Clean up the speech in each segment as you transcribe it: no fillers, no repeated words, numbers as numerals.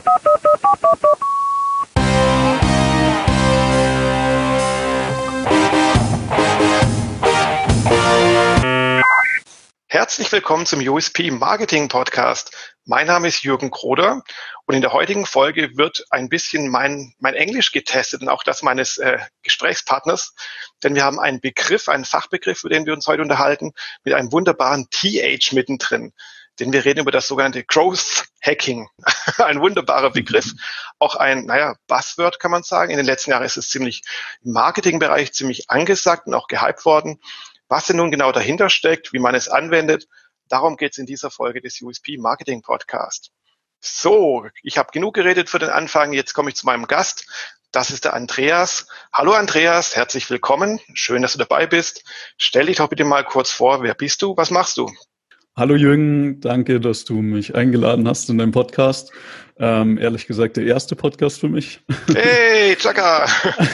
Herzlich willkommen zum USP Marketing Podcast. Mein Name ist Jürgen Kroder und in der heutigen Folge wird ein bisschen mein Englisch getestet und auch das meines Gesprächspartners, denn wir haben einen Begriff, einen Fachbegriff, über den wir uns heute unterhalten, mit einem wunderbaren TH mittendrin. Denn wir reden über das sogenannte Growth Hacking. Ein wunderbarer Begriff, auch ein, Buzzword kann man sagen. In den letzten Jahren ist es im Marketingbereich ziemlich angesagt und auch gehypt worden. Was denn nun genau dahinter steckt, wie man es anwendet, darum geht es in dieser Folge des USP Marketing Podcast. So, ich habe genug geredet für den Anfang, jetzt komme ich zu meinem Gast. Das ist der Andreas. Hallo Andreas, herzlich willkommen. Schön, dass du dabei bist. Stell dich doch bitte mal kurz vor, wer bist du, was machst du? Hallo Jürgen, danke, dass du mich eingeladen hast in deinem Podcast. Ehrlich gesagt, der erste Podcast für mich. Hey, Chaka!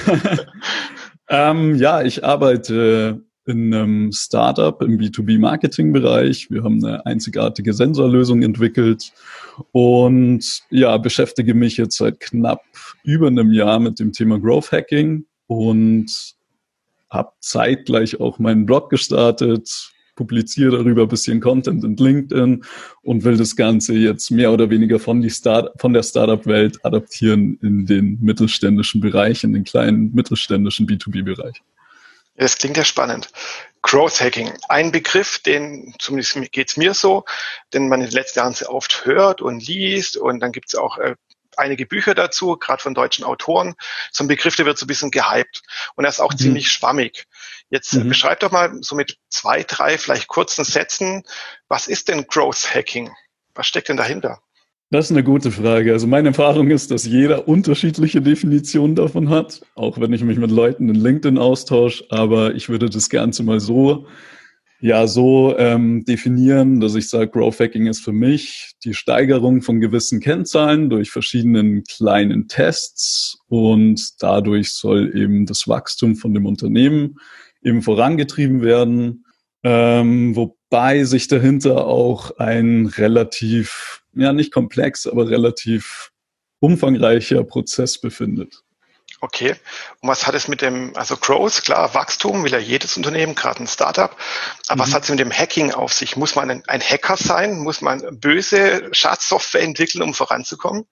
Ich arbeite in einem Startup im B2B-Marketing-Bereich. Wir haben eine einzigartige Sensorlösung entwickelt und beschäftige mich jetzt seit knapp über einem Jahr mit dem Thema Growth Hacking und habe zeitgleich auch meinen Blog gestartet, publiziere darüber ein bisschen Content in LinkedIn und will das Ganze jetzt mehr oder weniger von der Startup-Welt adaptieren in den mittelständischen Bereich, in den kleinen mittelständischen B2B-Bereich. Das klingt ja spannend. Growth Hacking, ein Begriff, den, zumindest geht's mir so, den man in den letzten Jahren sehr oft hört und liest und dann gibt's auch einige Bücher dazu, gerade von deutschen Autoren. So ein Begriff, der wird so ein bisschen gehypt und er ist auch ziemlich schwammig. Jetzt beschreib doch mal so mit 2, 3 vielleicht kurzen Sätzen, was ist denn Growth Hacking? Was steckt denn dahinter? Das ist eine gute Frage. Also meine Erfahrung ist, dass jeder unterschiedliche Definitionen davon hat, auch wenn ich mich mit Leuten in LinkedIn austausche. Aber ich würde das Ganze mal so definieren, dass ich sage, Growth Hacking ist für mich die Steigerung von gewissen Kennzahlen durch verschiedenen kleinen Tests und dadurch soll eben das Wachstum von dem Unternehmen eben vorangetrieben werden, wobei sich dahinter auch ein relativ nicht komplex, aber relativ umfangreicher Prozess befindet. Okay. Und was hat es mit Growth, klar, Wachstum will ja jedes Unternehmen, gerade ein Startup. Aber was hat es mit dem Hacking auf sich? Muss man ein Hacker sein? Muss man böse Schadsoftware entwickeln, um voranzukommen?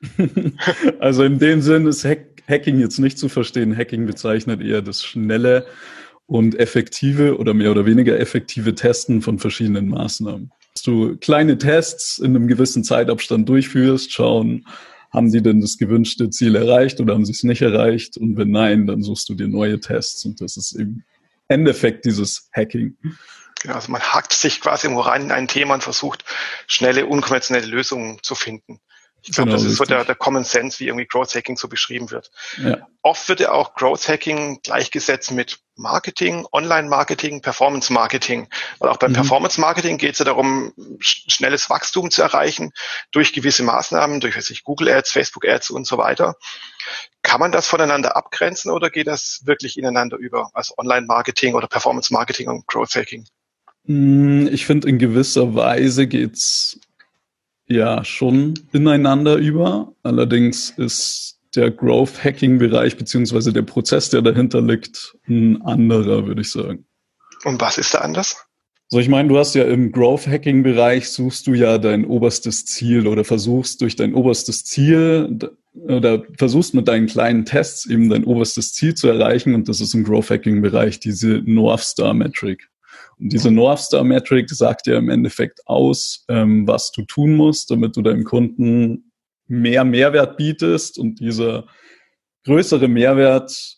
Also in dem Sinn ist Hacking jetzt nicht zu verstehen. Hacking bezeichnet eher das schnelle und effektive oder mehr oder weniger effektive Testen von verschiedenen Maßnahmen. Dass du kleine Tests in einem gewissen Zeitabstand durchführst, schauen, haben sie denn das gewünschte Ziel erreicht oder haben sie es nicht erreicht? Und wenn nein, dann suchst du dir neue Tests. Und das ist im Endeffekt dieses Hacking. Genau, also man hackt sich quasi irgendwo rein in ein Thema und versucht, schnelle, unkonventionelle Lösungen zu finden. Ich glaube, das ist so der Common Sense, wie irgendwie Growth Hacking so beschrieben wird. Ja. Oft wird ja auch Growth Hacking gleichgesetzt mit Marketing, Online-Marketing, Performance-Marketing. Weil auch beim Performance-Marketing geht es ja darum, schnelles Wachstum zu erreichen durch gewisse Maßnahmen, durch Google Ads, Facebook Ads und so weiter. Kann man das voneinander abgrenzen oder geht das wirklich ineinander über? Also Online-Marketing oder Performance-Marketing und Growth Hacking? Ich finde, in gewisser Weise geht's schon ineinander über. Allerdings ist der Growth-Hacking-Bereich beziehungsweise der Prozess, der dahinter liegt, ein anderer, würde ich sagen. Und was ist da anders? So, ich meine, du hast ja im Growth-Hacking-Bereich suchst du ja dein oberstes Ziel oder versuchst durch dein oberstes Ziel oder versuchst mit deinen kleinen Tests eben dein oberstes Ziel zu erreichen und das ist im Growth-Hacking-Bereich diese North Star Metric. Und diese North Star Metric sagt ja im Endeffekt aus, was du tun musst, damit du deinem Kunden mehr Mehrwert bietest und dieser größere Mehrwert,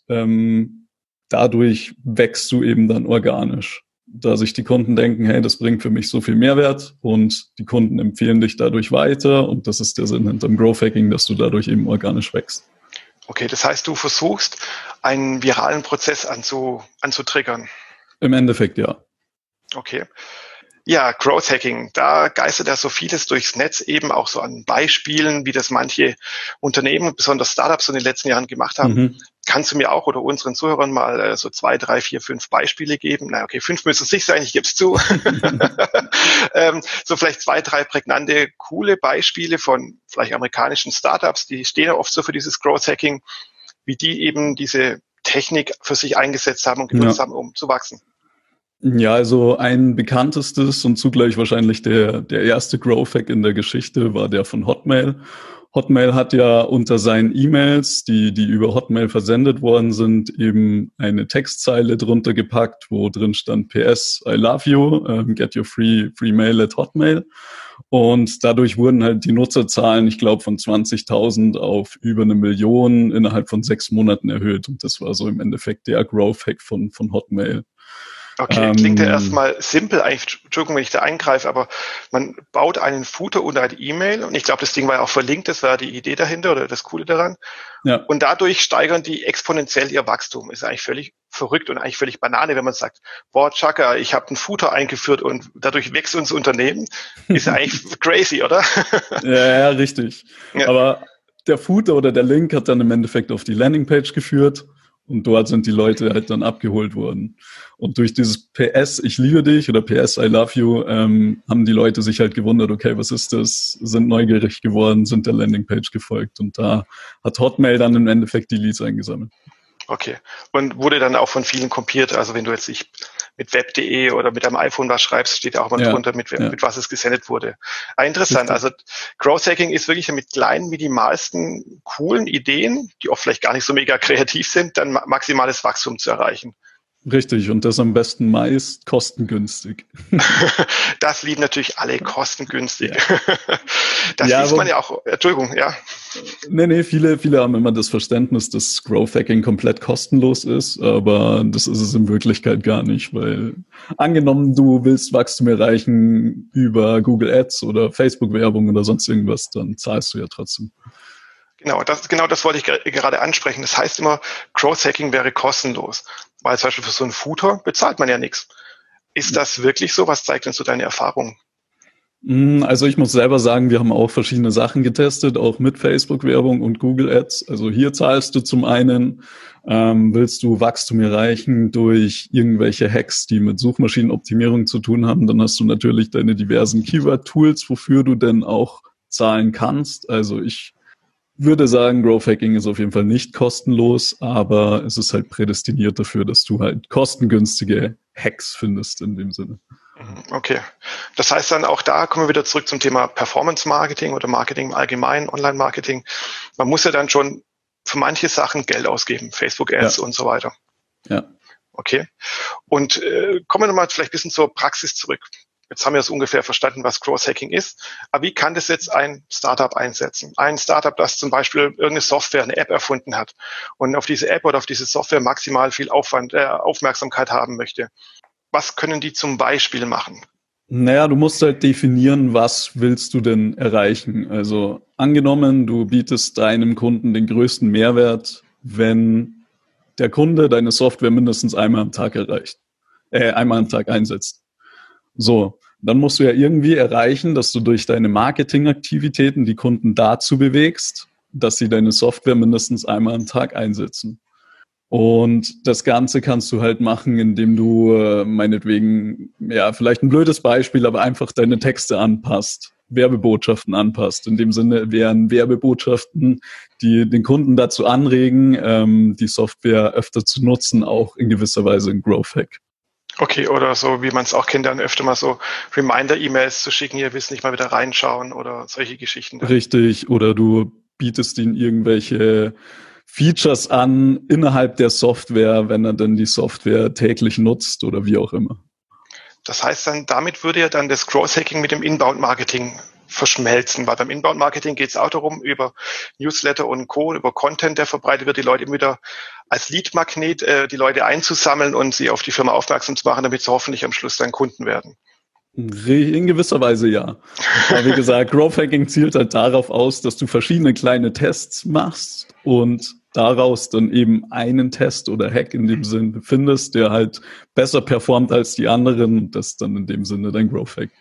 dadurch wächst du eben dann organisch. Da sich die Kunden denken, hey, das bringt für mich so viel Mehrwert und die Kunden empfehlen dich dadurch weiter und das ist der Sinn hinterm Growth Hacking, dass du dadurch eben organisch wächst. Okay, das heißt, du versuchst, einen viralen Prozess anzutriggern. Im Endeffekt, ja. Okay. Ja, Growth Hacking, da geistert ja so vieles durchs Netz, eben auch so an Beispielen, wie das manche Unternehmen, besonders Startups in den letzten Jahren gemacht haben. Kannst du mir auch oder unseren Zuhörern mal so 2, 3, 4, 5 Beispiele geben? Na okay, 5 müssen es nicht sein, ich gebe es zu. So vielleicht 2, 3 prägnante, coole Beispiele von vielleicht amerikanischen Startups, die stehen ja oft so für dieses Growth Hacking, wie die eben diese Technik für sich eingesetzt haben und genutzt haben, um zu wachsen. Ja, also ein bekanntestes und zugleich wahrscheinlich der erste Growth Hack in der Geschichte war der von Hotmail. Hotmail hat ja unter seinen E-Mails, die über Hotmail versendet worden sind, eben eine Textzeile drunter gepackt, wo drin stand PS, I love you, get your free mail at Hotmail. Und dadurch wurden halt die Nutzerzahlen, ich glaube, von 20.000 auf über 1 Million innerhalb von 6 Monaten erhöht. Und das war so im Endeffekt der Growth Hack von Hotmail. Okay, klingt ja erstmal simpel, eigentlich, Entschuldigung, wenn ich da eingreife, aber man baut einen Footer unter eine E-Mail und ich glaube, das Ding war ja auch verlinkt, das war die Idee dahinter oder das Coole daran. Ja. Und dadurch steigern die exponentiell ihr Wachstum. Ist eigentlich völlig verrückt und eigentlich völlig Banane, wenn man sagt, boah, Chaka, ich habe einen Footer eingeführt und dadurch wächst unser Unternehmen. Ist ja eigentlich crazy, oder? Ja, richtig. Ja. Aber der Footer oder der Link hat dann im Endeffekt auf die Landingpage geführt. Und dort sind die Leute halt dann abgeholt worden. Und durch dieses PS, ich liebe dich oder PS, I love you, haben die Leute sich halt gewundert, okay, was ist das? Sind neugierig geworden, sind der Landingpage gefolgt. Und da hat Hotmail dann im Endeffekt die Leads eingesammelt. Okay. Und wurde dann auch von vielen kopiert? Also wenn du jetzt mit web.de oder mit deinem iPhone was schreibst, steht auch mal drunter, mit was es gesendet wurde. Interessant. Also Growth Hacking ist wirklich mit kleinen, minimalsten, coolen Ideen, die oft vielleicht gar nicht so mega kreativ sind, dann maximales Wachstum zu erreichen. Richtig, und das am besten meist kostengünstig. Das lieben natürlich alle kostengünstig. Ja. Das liest man ja auch, Entschuldigung, ja. Nee, viele haben immer das Verständnis, dass Growth Hacking komplett kostenlos ist, aber das ist es in Wirklichkeit gar nicht, weil angenommen, du willst Wachstum erreichen über Google Ads oder Facebook-Werbung oder sonst irgendwas, dann zahlst du ja trotzdem. Genau das wollte ich gerade ansprechen. Das heißt immer, Growth Hacking wäre kostenlos, weil zum Beispiel für so einen Footer bezahlt man ja nichts. Ist das wirklich so? Was zeigt denn so deine Erfahrung? Also ich muss selber sagen, wir haben auch verschiedene Sachen getestet, auch mit Facebook-Werbung und Google Ads. Also hier zahlst du zum einen, willst du Wachstum erreichen durch irgendwelche Hacks, die mit Suchmaschinenoptimierung zu tun haben, dann hast du natürlich deine diversen Keyword-Tools, wofür du denn auch zahlen kannst. Also ich würde sagen, Growth Hacking ist auf jeden Fall nicht kostenlos, aber es ist halt prädestiniert dafür, dass du halt kostengünstige Hacks findest in dem Sinne. Okay. Das heißt dann auch da kommen wir wieder zurück zum Thema Performance Marketing oder Marketing im Allgemeinen, Online-Marketing. Man muss ja dann schon für manche Sachen Geld ausgeben, Facebook-Ads und so weiter. Ja. Okay. Und kommen wir nochmal vielleicht ein bisschen zur Praxis zurück. Jetzt haben wir es ungefähr verstanden, was Growth Hacking ist. Aber wie kann das jetzt ein Startup einsetzen? Ein Startup, das zum Beispiel irgendeine Software, eine App erfunden hat und auf diese App oder auf diese Software maximal viel Aufmerksamkeit haben möchte. Was können die zum Beispiel machen? Naja, du musst halt definieren, was willst du denn erreichen? Also angenommen, du bietest deinem Kunden den größten Mehrwert, wenn der Kunde deine Software mindestens einmal am Tag einsetzt. So, dann musst du ja irgendwie erreichen, dass du durch deine Marketingaktivitäten die Kunden dazu bewegst, dass sie deine Software mindestens einmal am Tag einsetzen. Und das Ganze kannst du halt machen, indem du meinetwegen, ja, vielleicht ein blödes Beispiel, aber einfach deine Texte anpasst, Werbebotschaften anpasst. In dem Sinne wären Werbebotschaften, die den Kunden dazu anregen, die Software öfter zu nutzen, auch in gewisser Weise ein Growth Hack. Okay, oder so, wie man es auch kennt, dann öfter mal so Reminder-E-Mails zu schicken, ihr wisst nicht mal wieder reinschauen oder solche Geschichten. Richtig, oder du bietest ihnen irgendwelche Features an innerhalb der Software, wenn er dann die Software täglich nutzt oder wie auch immer. Das heißt dann, damit würde ja dann das Growth Hacking mit dem Inbound-Marketing verschmelzen, weil beim Inbound-Marketing geht es auch darum, über Newsletter und Co., über Content, der verbreitet wird, die Leute immer wieder als Lead-Magnet die Leute einzusammeln und sie auf die Firma aufmerksam zu machen, damit sie hoffentlich am Schluss dann Kunden werden. In gewisser Weise ja. Aber wie gesagt, Growth Hacking zielt halt darauf aus, dass du verschiedene kleine Tests machst und daraus dann eben einen Test oder Hack in dem Sinne findest, der halt besser performt als die anderen. Das ist dann in dem Sinne dein Growth Hack.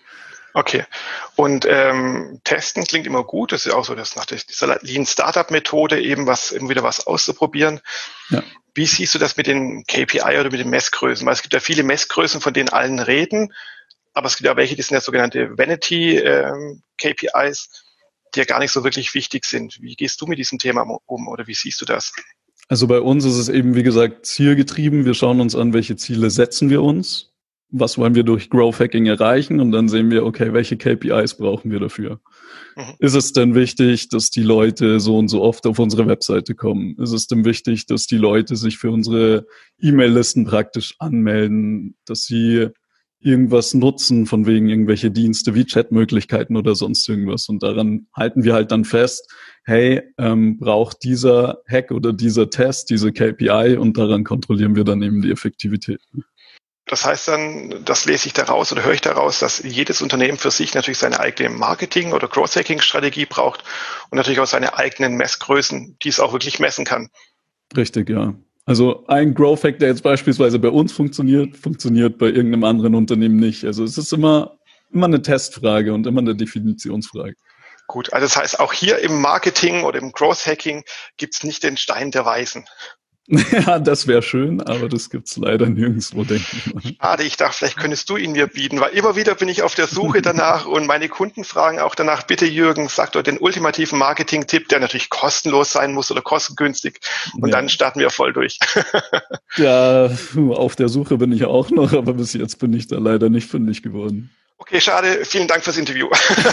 Okay. Und testen klingt immer gut. Das ist ja auch so, dass nach dieser Lean Startup Methode eben wieder was auszuprobieren. Ja. Wie siehst du das mit den KPI oder mit den Messgrößen? Weil es gibt ja viele Messgrößen, von denen allen reden, aber es gibt ja welche, die sind ja sogenannte Vanity KPIs, die ja gar nicht so wirklich wichtig sind. Wie gehst du mit diesem Thema um oder wie siehst du das? Also bei uns ist es eben, wie gesagt, zielgetrieben. Wir schauen uns an, welche Ziele setzen wir uns. Was wollen wir durch Growth Hacking erreichen? Und dann sehen wir, okay, welche KPIs brauchen wir dafür? Mhm. Ist es denn wichtig, dass die Leute so und so oft auf unsere Webseite kommen? Ist es denn wichtig, dass die Leute sich für unsere E-Mail-Listen praktisch anmelden, dass sie irgendwas nutzen, von wegen irgendwelche Dienste wie Chatmöglichkeiten oder sonst irgendwas? Und daran halten wir halt dann fest, hey, braucht dieser Hack oder dieser Test diese KPI, und daran kontrollieren wir dann eben die Effektivität. Das heißt dann, das lese ich daraus oder höre ich daraus, dass jedes Unternehmen für sich natürlich seine eigene Marketing- oder Growth-Hacking-Strategie braucht und natürlich auch seine eigenen Messgrößen, die es auch wirklich messen kann. Richtig, ja. Also ein Growth-Hack, der jetzt beispielsweise bei uns funktioniert bei irgendeinem anderen Unternehmen nicht. Also es ist immer eine Testfrage und immer eine Definitionsfrage. Gut, also das heißt, auch hier im Marketing oder im Growth-Hacking gibt es nicht den Stein der Weisen. Ja, das wäre schön, aber das gibt's leider nirgendwo, denke ich mal. Schade, ich dachte, vielleicht könntest du ihn mir bieten, weil immer wieder bin ich auf der Suche danach und meine Kunden fragen auch danach, bitte Jürgen, sag doch den ultimativen Marketing-Tipp, der natürlich kostenlos sein muss oder kostengünstig, und dann starten wir voll durch. Ja, auf der Suche bin ich auch noch, aber bis jetzt bin ich da leider nicht fündig geworden. Okay, schade, vielen Dank fürs Interview.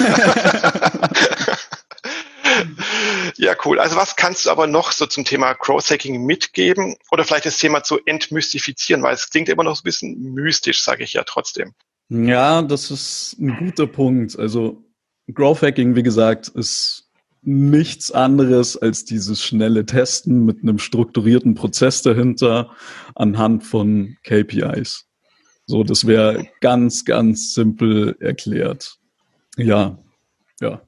Ja, cool. Also was kannst du aber noch so zum Thema Growth Hacking mitgeben oder vielleicht das Thema zu entmystifizieren, weil es klingt immer noch so ein bisschen mystisch, sage ich ja trotzdem. Ja, das ist ein guter Punkt. Also Growth Hacking, wie gesagt, ist nichts anderes als dieses schnelle Testen mit einem strukturierten Prozess dahinter anhand von KPIs. So, das wäre ganz, ganz simpel erklärt. Ja. Ja,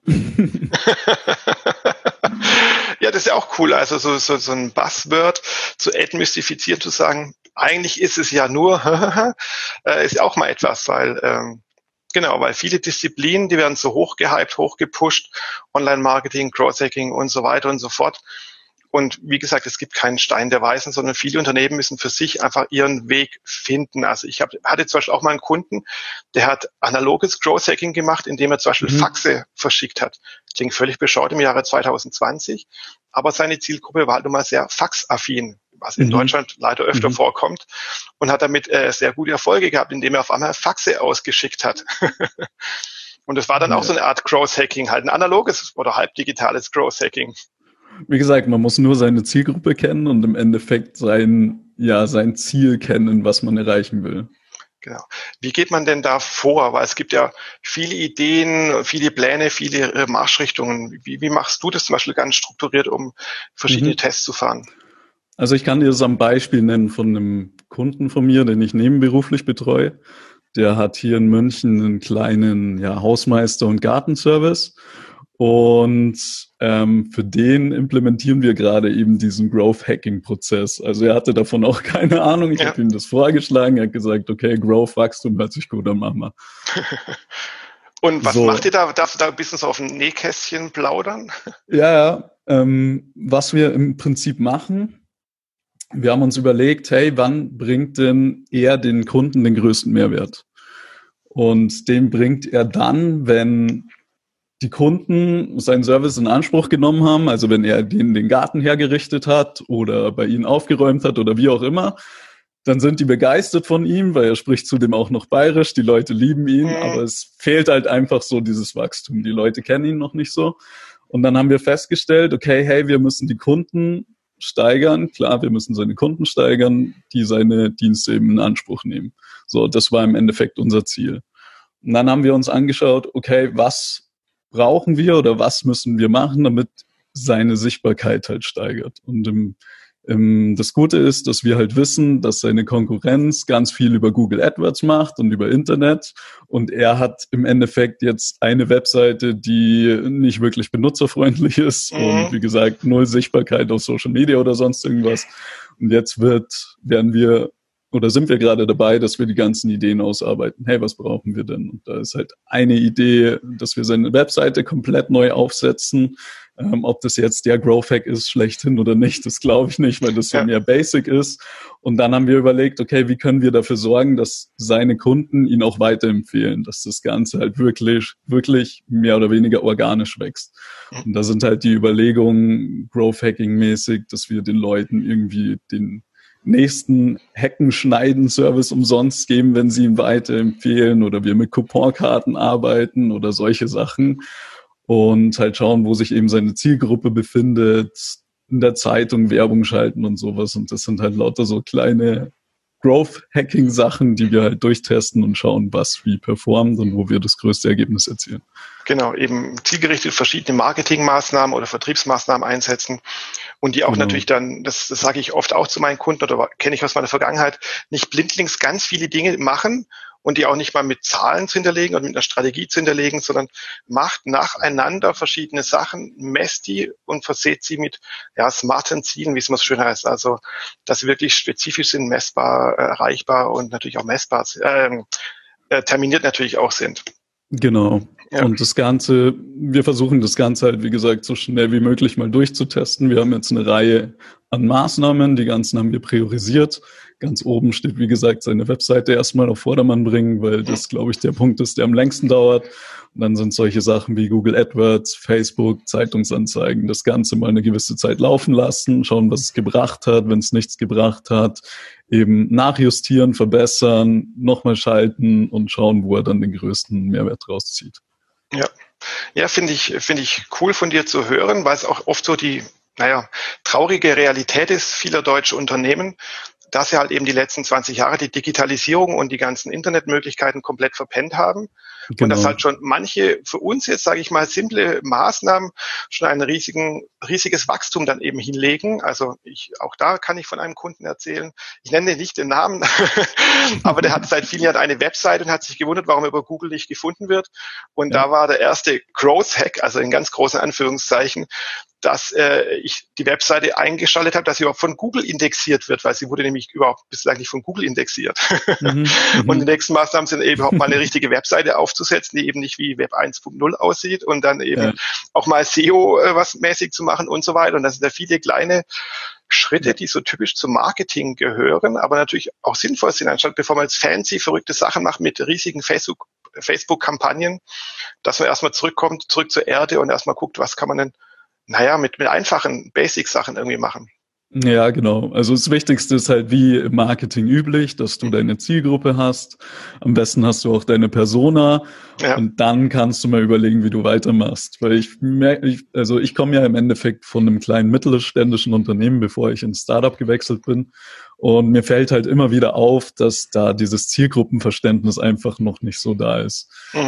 das ist ja auch cool. Also so ein Buzzword zu entmystifizieren, zu sagen, eigentlich ist es ja nur, ist ja auch mal etwas, weil weil viele Disziplinen, die werden so hochgehypt, hochgepusht, Online-Marketing, Growth-Hacking und so weiter und so fort. Und wie gesagt, es gibt keinen Stein der Weisen, sondern viele Unternehmen müssen für sich einfach ihren Weg finden. Also ich hatte zum Beispiel auch mal einen Kunden, der hat analoges Growth-Hacking gemacht, indem er zum Beispiel Faxe verschickt hat. Klingt völlig bescheuert im Jahre 2020, aber seine Zielgruppe war halt nun mal sehr faxaffin, was in Deutschland leider öfter vorkommt, und hat damit sehr gute Erfolge gehabt, indem er auf einmal Faxe ausgeschickt hat. Und es war dann auch so eine Art Growth-Hacking, halt ein analoges oder halbdigitales Growth-Hacking. Wie gesagt, man muss nur seine Zielgruppe kennen und im Endeffekt sein Ziel kennen, was man erreichen will. Genau. Wie geht man denn da vor? Weil es gibt ja viele Ideen, viele Pläne, viele Marschrichtungen. Wie machst du das zum Beispiel ganz strukturiert, um verschiedene Tests zu fahren? Also ich kann dir das am Beispiel nennen von einem Kunden von mir, den ich nebenberuflich betreue. Der hat hier in München einen kleinen Hausmeister- und Gartenservice. Und für den implementieren wir gerade eben diesen Growth-Hacking-Prozess. Also er hatte davon auch keine Ahnung. Ich habe ihm das vorgeschlagen. Er hat gesagt, okay, Growth, Wachstum hört sich gut an, machen wir. Und was macht ihr da? Darfst du da ein bisschen so auf ein Nähkästchen plaudern? Ja, was wir im Prinzip machen, wir haben uns überlegt, hey, wann bringt denn er den Kunden den größten Mehrwert? Und den bringt er dann, wenn die Kunden seinen Service in Anspruch genommen haben, also wenn er denen den Garten hergerichtet hat oder bei ihnen aufgeräumt hat oder wie auch immer, dann sind die begeistert von ihm, weil er spricht zudem auch noch bayerisch, die Leute lieben ihn, aber es fehlt halt einfach so dieses Wachstum. Die Leute kennen ihn noch nicht so. Und dann haben wir festgestellt, okay, hey, wir müssen die Kunden steigern. Klar, wir müssen seine Kunden steigern, die seine Dienste eben in Anspruch nehmen. So, das war im Endeffekt unser Ziel. Und dann haben wir uns angeschaut, okay, was brauchen wir oder was müssen wir machen, damit seine Sichtbarkeit halt steigert. Und das Gute ist, dass wir halt wissen, dass seine Konkurrenz ganz viel über Google AdWords macht und über Internet. Und er hat im Endeffekt jetzt eine Webseite, die nicht wirklich benutzerfreundlich ist und wie gesagt, null Sichtbarkeit auf Social Media oder sonst irgendwas. Und jetzt werden wir oder sind wir gerade dabei, dass wir die ganzen Ideen ausarbeiten. Hey, was brauchen wir denn? Und da ist halt eine Idee, dass wir seine Webseite komplett neu aufsetzen. Ob das jetzt der Growth Hack ist, schlechthin oder nicht, das glaube ich nicht, weil das so mehr Basic ist. Und dann haben wir überlegt, okay, wie können wir dafür sorgen, dass seine Kunden ihn auch weiterempfehlen, dass das Ganze halt wirklich, wirklich mehr oder weniger organisch wächst. Und da sind halt die Überlegungen Growth Hacking mäßig, dass wir den Leuten irgendwie den nächsten Heckenschneiden-Service umsonst geben, wenn sie ihn weiterempfehlen, oder wir mit Couponkarten arbeiten oder solche Sachen. Und halt schauen, wo sich eben seine Zielgruppe befindet, in der Zeitung Werbung schalten und sowas. Und das sind halt lauter so kleine Growth-Hacking-Sachen, die wir halt durchtesten und schauen, was wie performt und wo wir das größte Ergebnis erzielen. Genau, eben zielgerichtet verschiedene Marketingmaßnahmen oder Vertriebsmaßnahmen einsetzen und die auch natürlich dann, das sage ich oft auch zu meinen Kunden oder kenne ich aus meiner Vergangenheit, nicht blindlings ganz viele Dinge machen und die auch nicht mal mit Zahlen zu hinterlegen und mit einer Strategie zu hinterlegen, sondern macht nacheinander verschiedene Sachen, messt die und verseht sie mit smarten Zielen, wie es immer so schön heißt. Also, dass sie wirklich spezifisch sind, messbar, erreichbar und natürlich auch messbar, terminiert natürlich auch sind. Genau. Ja. Und das Ganze, wir versuchen das Ganze halt, wie gesagt, so schnell wie möglich mal durchzutesten. Wir haben jetzt eine Reihe an Maßnahmen, die ganzen haben wir priorisiert. Ganz oben steht, wie gesagt, seine Webseite erstmal auf Vordermann bringen, weil das, glaube ich, der Punkt ist, der am längsten dauert. Und dann sind solche Sachen wie Google AdWords, Facebook, Zeitungsanzeigen, das Ganze mal eine gewisse Zeit laufen lassen, schauen, was es gebracht hat. Wenn es nichts gebracht hat, eben nachjustieren, verbessern, nochmal schalten und schauen, wo er dann den größten Mehrwert rauszieht. Ja, finde ich cool von dir zu hören, weil es auch oft so die, traurige Realität ist vieler deutscher Unternehmen, dass sie halt eben die letzten 20 Jahre die Digitalisierung und die ganzen Internetmöglichkeiten komplett verpennt haben. Genau. Und dass halt schon manche für uns jetzt, sage ich mal, simple Maßnahmen schon ein riesiges Wachstum dann eben hinlegen. Also auch da kann ich von einem Kunden erzählen. Ich nenne nicht den Namen, aber der hat seit vielen Jahren eine Webseite und hat sich gewundert, warum er über Google nicht gefunden wird. Und da war der erste Growth Hack, also in ganz großen Anführungszeichen, dass ich die Webseite eingeschaltet habe, dass sie überhaupt von Google indexiert wird, weil sie wurde nämlich überhaupt bislang nicht von Google indexiert. Und die nächsten Maßnahmen sind eben auch mal eine richtige Webseite aufzusetzen, die eben nicht wie Web 1.0 aussieht und dann eben auch mal SEO was mäßig zu machen und so weiter. Und das sind ja viele kleine Schritte, die so typisch zum Marketing gehören, aber natürlich auch sinnvoll sind, anstatt bevor man jetzt fancy, verrückte Sachen macht mit riesigen Facebook-Kampagnen, dass man erstmal zurück zur Erde und erstmal guckt, was kann man denn mit einfachen Basic-Sachen irgendwie machen. Ja, genau. Also das Wichtigste ist halt wie im Marketing üblich, dass du deine Zielgruppe hast. Am besten hast du auch deine Persona und dann kannst du mal überlegen, wie du weitermachst. Weil ich komme ja im Endeffekt von einem kleinen mittelständischen Unternehmen, bevor ich ins Startup gewechselt bin. Und mir fällt halt immer wieder auf, dass da dieses Zielgruppenverständnis einfach noch nicht so da ist.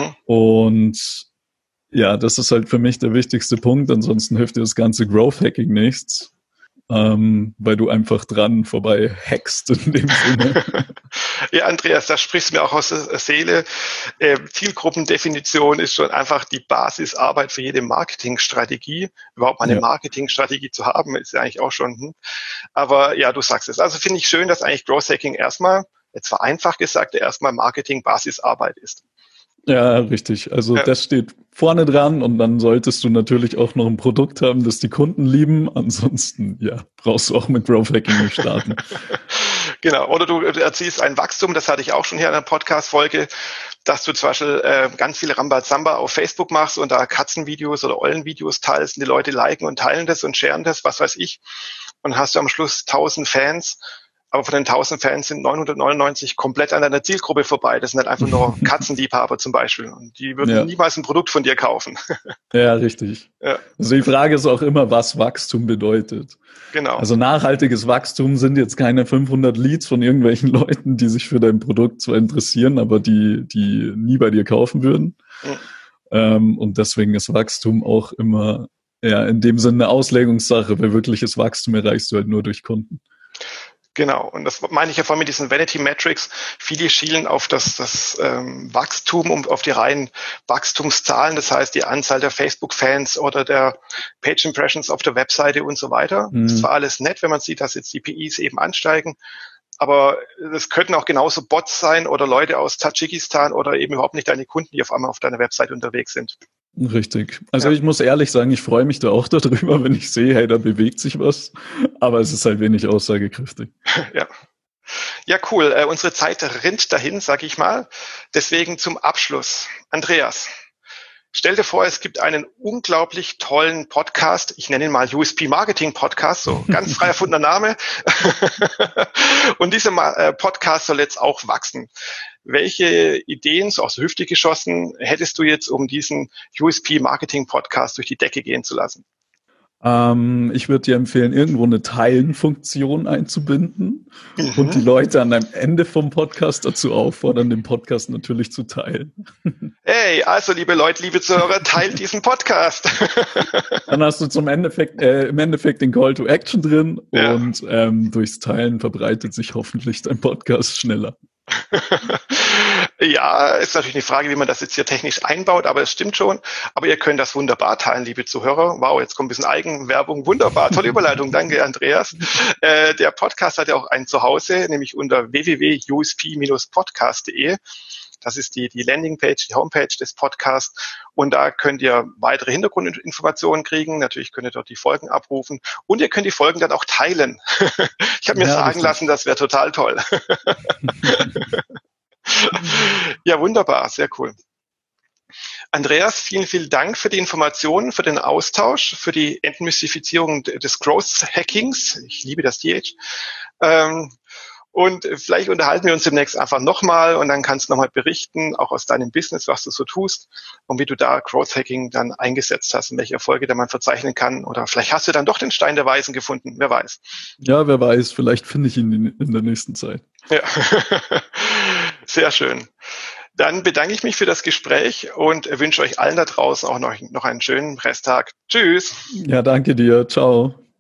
Und ja, das ist halt für mich der wichtigste Punkt. Ansonsten hilft dir das ganze Growth Hacking nichts. Weil du einfach dran vorbei hackst in dem Sinne. Ja, Andreas, da sprichst du mir auch aus der Seele. Zielgruppendefinition ist schon einfach die Basisarbeit für jede Marketingstrategie. Überhaupt mal eine Marketingstrategie zu haben, ist ja eigentlich auch schon. Aber ja, du sagst es. Also finde ich schön, dass eigentlich Growth Hacking erstmal, jetzt vereinfacht gesagt, erstmal Marketing-Basisarbeit ist. Ja, richtig. Also das steht vorne dran und dann solltest du natürlich auch noch ein Produkt haben, das die Kunden lieben. Ansonsten, brauchst du auch mit Growth Hacking nicht starten. Genau. Oder du erzielst ein Wachstum, das hatte ich auch schon hier in der Podcast-Folge, dass du zum Beispiel ganz viele Rambazamba auf Facebook machst und da Katzenvideos oder Eulenvideos teilst und die Leute liken und teilen das und sharen das, was weiß ich. Und hast du am Schluss 1000 Fans. Aber von den 1000 Fans sind 999 komplett an deiner Zielgruppe vorbei. Das sind halt einfach nur Katzenliebhaber zum Beispiel. Und die würden niemals ein Produkt von dir kaufen. Ja, richtig. Ja. Also die Frage ist auch immer, was Wachstum bedeutet. Genau. Also nachhaltiges Wachstum sind jetzt keine 500 Leads von irgendwelchen Leuten, die sich für dein Produkt zwar interessieren, aber die nie bei dir kaufen würden. Und deswegen ist Wachstum auch immer in dem Sinne eine Auslegungssache, weil wirkliches Wachstum erreichst du halt nur durch Kunden. Genau, und das meine ich ja vorhin mit diesen Vanity Metrics. Viele schielen auf das Wachstum, auf die reinen Wachstumszahlen, das heißt die Anzahl der Facebook-Fans oder der Page Impressions auf der Webseite und so weiter. Das ist zwar alles nett, wenn man sieht, dass jetzt die PIs eben ansteigen, Aber das könnten auch genauso Bots sein oder Leute aus Tadschikistan oder eben überhaupt nicht deine Kunden, die auf einmal auf deiner Website unterwegs sind. Richtig. Also ich muss ehrlich sagen, ich freue mich da auch darüber, wenn ich sehe, hey, da bewegt sich was. Aber es ist halt wenig aussagekräftig. Ja. Ja, cool. Unsere Zeit rinnt dahin, sag ich mal. Deswegen zum Abschluss. Andreas, stell dir vor, es gibt einen unglaublich tollen Podcast. Ich nenne ihn mal USP Marketing Podcast, so ganz frei erfundener Name. Und dieser Podcast soll jetzt auch wachsen. Welche Ideen, so aus der Hüfte geschossen, hättest du jetzt, um diesen USP Marketing Podcast durch die Decke gehen zu lassen? Ich würde dir empfehlen, irgendwo eine Teilen-Funktion einzubinden und die Leute an einem Ende vom Podcast dazu auffordern, den Podcast natürlich zu teilen. Hey, also liebe Leute, liebe Zuhörer, teilt diesen Podcast. Dann hast du im Endeffekt den Call to Action drin und durchs Teilen verbreitet sich hoffentlich dein Podcast schneller. Ja, ist natürlich eine Frage, wie man das jetzt hier technisch einbaut, aber es stimmt schon. Aber ihr könnt das wunderbar teilen, liebe Zuhörer. Wow, jetzt kommt ein bisschen Eigenwerbung. Wunderbar, tolle Überleitung. Danke, Andreas. Der Podcast hat ja auch ein Zuhause, nämlich unter www.usp-podcast.de. Das ist die Landingpage, die Homepage des Podcasts. Und da könnt ihr weitere Hintergrundinformationen kriegen. Natürlich könnt ihr dort die Folgen abrufen. Und ihr könnt die Folgen dann auch teilen. Ich habe mir sagen lassen, das wäre total toll. Ja, wunderbar. Sehr cool. Andreas, vielen, vielen Dank für die Informationen, für den Austausch, für die Entmystifizierung des Growth Hackings. Ich liebe das DH. Und vielleicht unterhalten wir uns demnächst einfach nochmal und dann kannst du nochmal berichten, auch aus deinem Business, was du so tust und wie du da Growth Hacking dann eingesetzt hast und welche Erfolge da man verzeichnen kann. Oder vielleicht hast du dann doch den Stein der Weisen gefunden, wer weiß. Ja, wer weiß, vielleicht finde ich ihn in der nächsten Zeit. Ja, sehr schön. Dann bedanke ich mich für das Gespräch und wünsche euch allen da draußen auch noch einen schönen Resttag. Tschüss. Ja, danke dir. Ciao.